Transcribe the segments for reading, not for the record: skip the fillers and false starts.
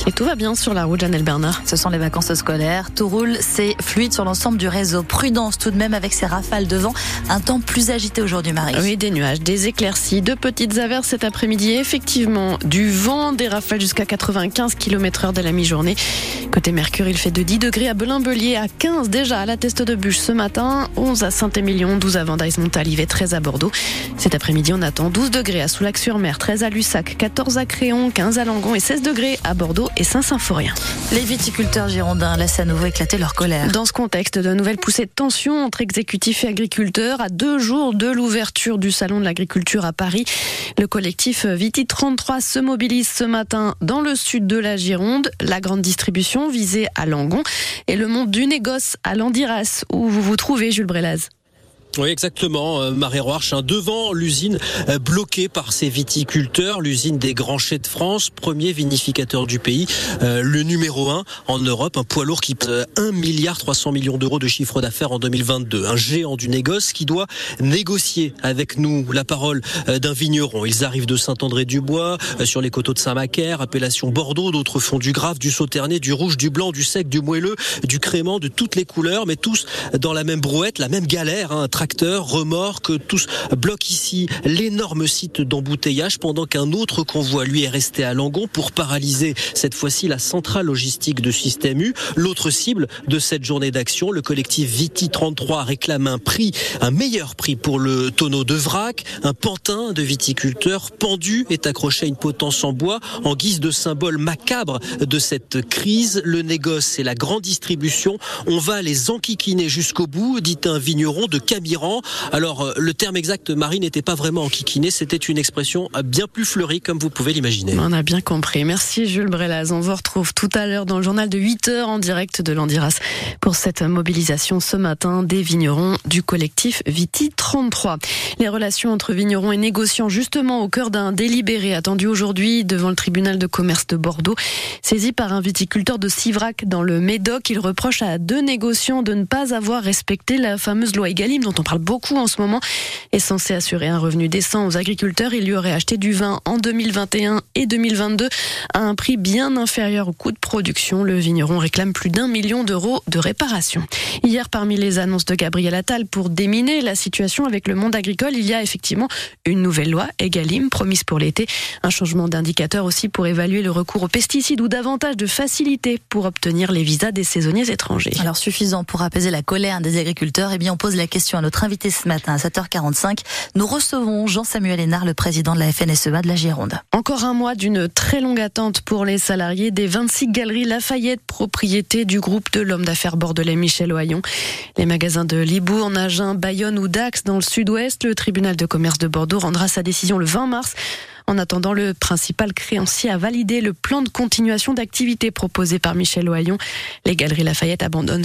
Et tout va bien sur la route, Janelle Bernard. Ce sont les vacances scolaires. Tout roule, c'est fluide sur l'ensemble du réseau. Prudence tout de même avec ces rafales de vent. Un temps plus agité aujourd'hui, Marie. Oui, des nuages, des éclaircies, de petites averses cet après-midi. Effectivement, du vent, des rafales jusqu'à 95 km/h dès la mi-journée. Côté Mercure, il fait de 10 degrés à Belin-Bélier, à 15 déjà à la Teste-de-Buch ce matin, 11 à Saint-Émilion, 12 à Vendaïs-Montalivet, 13 à Bordeaux. Cet après-midi, on attend 12 degrés à Soulac-sur-Mer, 13 à Lussac, 14 à Créon, 15 à Langon et 16 degrés à Bordeaux et Saint-Symphorien. Les viticulteurs girondins laissent à nouveau éclater leur colère. Dans ce contexte, de nouvelles poussées de tension entre exécutifs et agriculteurs à 2 jours de l'ouverture du Salon de l'Agriculture à Paris. Le collectif Viti 33 se mobilise ce matin dans le sud de la Gironde, la grande distribution visée à Langon et le monde du négoce à Landiras où vous vous trouvez, Jules Brélaz. Oui, exactement, Marie Roarch, devant l'usine bloquée par ces viticulteurs, l'usine des Grands Chais de France, premier vinificateur du pays, le numéro 1 en Europe, un poids lourd qui pèse 1,3 milliard d'euros de chiffre d'affaires en 2022, un géant du négoce qui doit négocier avec nous la parole d'un vigneron. Ils arrivent de Saint-André-du-Bois, sur les coteaux de Saint-Macaire, appellation Bordeaux, d'autres font du grave, du sauternes, du rouge, du blanc, du sec, du moelleux, du crément, de toutes les couleurs, mais tous dans la même brouette, la même galère, tracteurs, remorques, tous bloquent ici l'énorme site d'embouteillage pendant qu'un autre convoi, lui, est resté à Langon pour paralyser cette fois-ci la centrale logistique de Système U. L'autre cible de cette journée d'action, le collectif Viti 33 réclame un meilleur prix pour le tonneau de vrac. Un pantin de viticulteurs pendu est accroché à une potence en bois en guise de symbole macabre de cette crise. Le négoce et la grande distribution, on va les enquiquiner jusqu'au bout, dit un vigneron de Camiran. Alors, le terme exact, Marie, n'était pas vraiment enquiquiné, c'était une expression bien plus fleurie, comme vous pouvez l'imaginer. On a bien compris. Merci Jules Brélaz. On vous retrouve tout à l'heure dans le journal de 8h en direct de Landiras pour cette mobilisation ce matin des vignerons du collectif Viti 33. Les relations entre vignerons et négociants, justement au cœur d'un délibéré attendu aujourd'hui devant le tribunal de commerce de Bordeaux. Saisi par un viticulteur de Sivrac dans le Médoc, il reproche à 2 négociants de ne pas avoir respecté la fameuse loi Egalim dont on parle beaucoup en ce moment, est censé assurer un revenu décent aux agriculteurs. Il lui aurait acheté du vin en 2021 et 2022 à un prix bien inférieur au coût de production. Le vigneron réclame plus d'1 million d'euros de réparation. Hier, parmi les annonces de Gabriel Attal pour déminer la situation avec le monde agricole, il y a effectivement une nouvelle loi, Egalim, promise pour l'été. Un changement d'indicateur aussi pour évaluer le recours aux pesticides ou davantage de facilité pour obtenir les visas des saisonniers étrangers. Alors suffisant pour apaiser la colère des agriculteurs, eh bien on pose la question à notre invité ce matin à 7h45. Nous recevons Jean-Samuel Hénard, le président de la FNSEA de la Gironde. Encore un mois d'une très longue attente pour les salariés des 26 Galeries Lafayette, propriété du groupe de l'homme d'affaires bordelais Michel Ohaillon. Les magasins de Libourne, Agen, Bayonne ou Dax dans le sud-ouest, le tribunal de commerce de Bordeaux rendra sa décision le 20 mars. En attendant, le principal créancier a validé le plan de continuation d'activité proposé par Michel Ohaillon. Les Galeries Lafayette abandonnent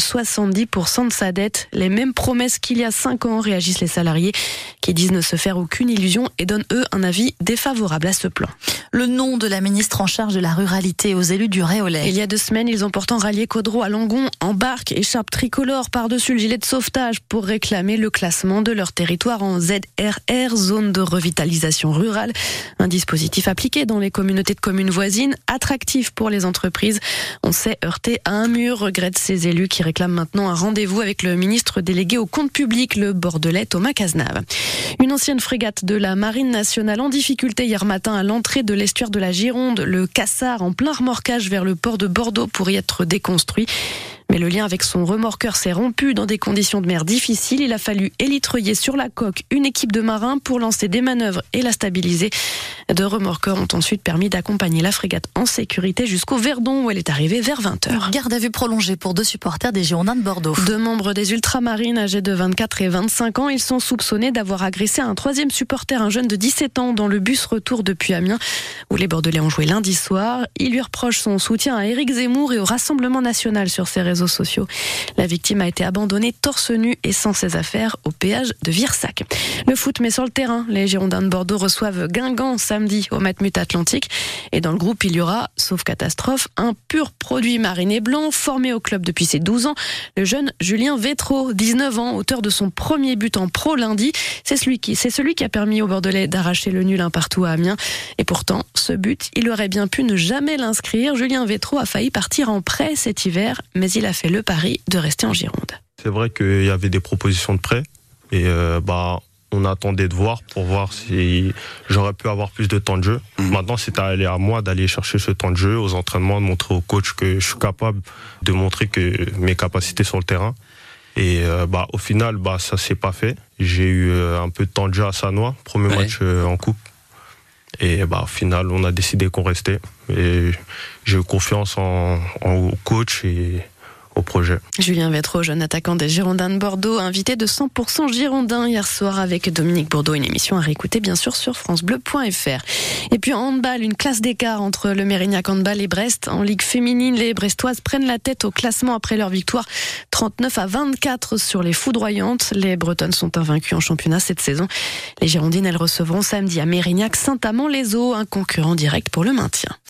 70% de sa dette. Les mêmes promesses qu'il y a 5 ans, réagissent les salariés qui disent ne se faire aucune illusion et donnent eux un avis défavorable à ce plan. Le nom de la ministre en charge de la ruralité aux élus du Réolais. Il y a 2 semaines, ils ont pourtant rallié Caudreau à Langon en barque, écharpe tricolore par-dessus le gilet de sauvetage pour réclamer le classement de leur territoire en ZRR, zone de revitalisation rurale. Un dispositif appliqué dans les communautés de communes voisines, attractif pour les entreprises. On s'est heurté à un mur, regrettent ces élus qui réclament maintenant un rendez-vous avec le ministre délégué au compte public, le Bordelais Thomas Cazenave. Une ancienne frégate de la Marine nationale en difficulté hier matin à l'entrée de l'estuaire de la Gironde, le Cassard, en plein remorquage vers le port de Bordeaux pour y être déconstruit. Mais le lien avec son remorqueur s'est rompu dans des conditions de mer difficiles. Il a fallu élitreiller sur la coque une équipe de marins pour lancer des manœuvres et la stabiliser. 2 remorqueurs ont ensuite permis d'accompagner la frégate en sécurité jusqu'au Verdon où elle est arrivée vers 20h. Garde à vue prolongée pour 2 supporters des Girondins de Bordeaux. 2 membres des Ultramarines âgés de 24 et 25 ans. Ils sont soupçonnés d'avoir agressé un 3e supporter, un jeune de 17 ans, dans le bus retour depuis Amiens où les Bordelais ont joué lundi soir. Ils lui reprochent son soutien à Éric Zemmour et au Rassemblement national sur ses réseaux réseaux sociaux. La victime a été abandonnée torse nu et sans ses affaires au péage de Virsac. Le foot met sur le terrain. Les Girondins de Bordeaux reçoivent Guingamp samedi au Matmut Atlantique. Et dans le groupe, il y aura, sauf catastrophe, un pur produit mariné blanc formé au club depuis ses 12 ans. Le jeune Julien Vétro, 19 ans, auteur de son premier but en pro lundi. C'est celui qui a permis aux Bordelais d'arracher le nul 1-1 à Amiens. Et pourtant, ce but, il aurait bien pu ne jamais l'inscrire. Julien Vétro a failli partir en prêt cet hiver, mais il a fait le pari de rester en Gironde. C'est vrai qu'il y avait des propositions de prêt et on attendait de voir pour voir si j'aurais pu avoir plus de temps de jeu. Maintenant, c'est à moi d'aller chercher ce temps de jeu aux entraînements, de montrer au coach que je suis capable de montrer que mes capacités sur le terrain. Et au final, ça s'est pas fait. J'ai eu un peu de temps de jeu à Sannois, premier match en coupe. Et au final, on a décidé qu'on restait. Et j'ai eu confiance au coach et au projet. Julien Vétro, jeune attaquant des Girondins de Bordeaux, invité de 100% Girondins hier soir avec Dominique Bourdeau. Une émission à réécouter bien sûr sur francebleu.fr. Et puis en handball, une classe d'écart entre le Mérignac Handball et Brest. En Ligue féminine, les Brestoises prennent la tête au classement après leur victoire 39-24 sur les Foudroyantes. Les Bretonnes sont invaincues en championnat cette saison. Les Girondines, elles recevront samedi à Mérignac Saint-Amand-les-Eaux, un concurrent direct pour le maintien.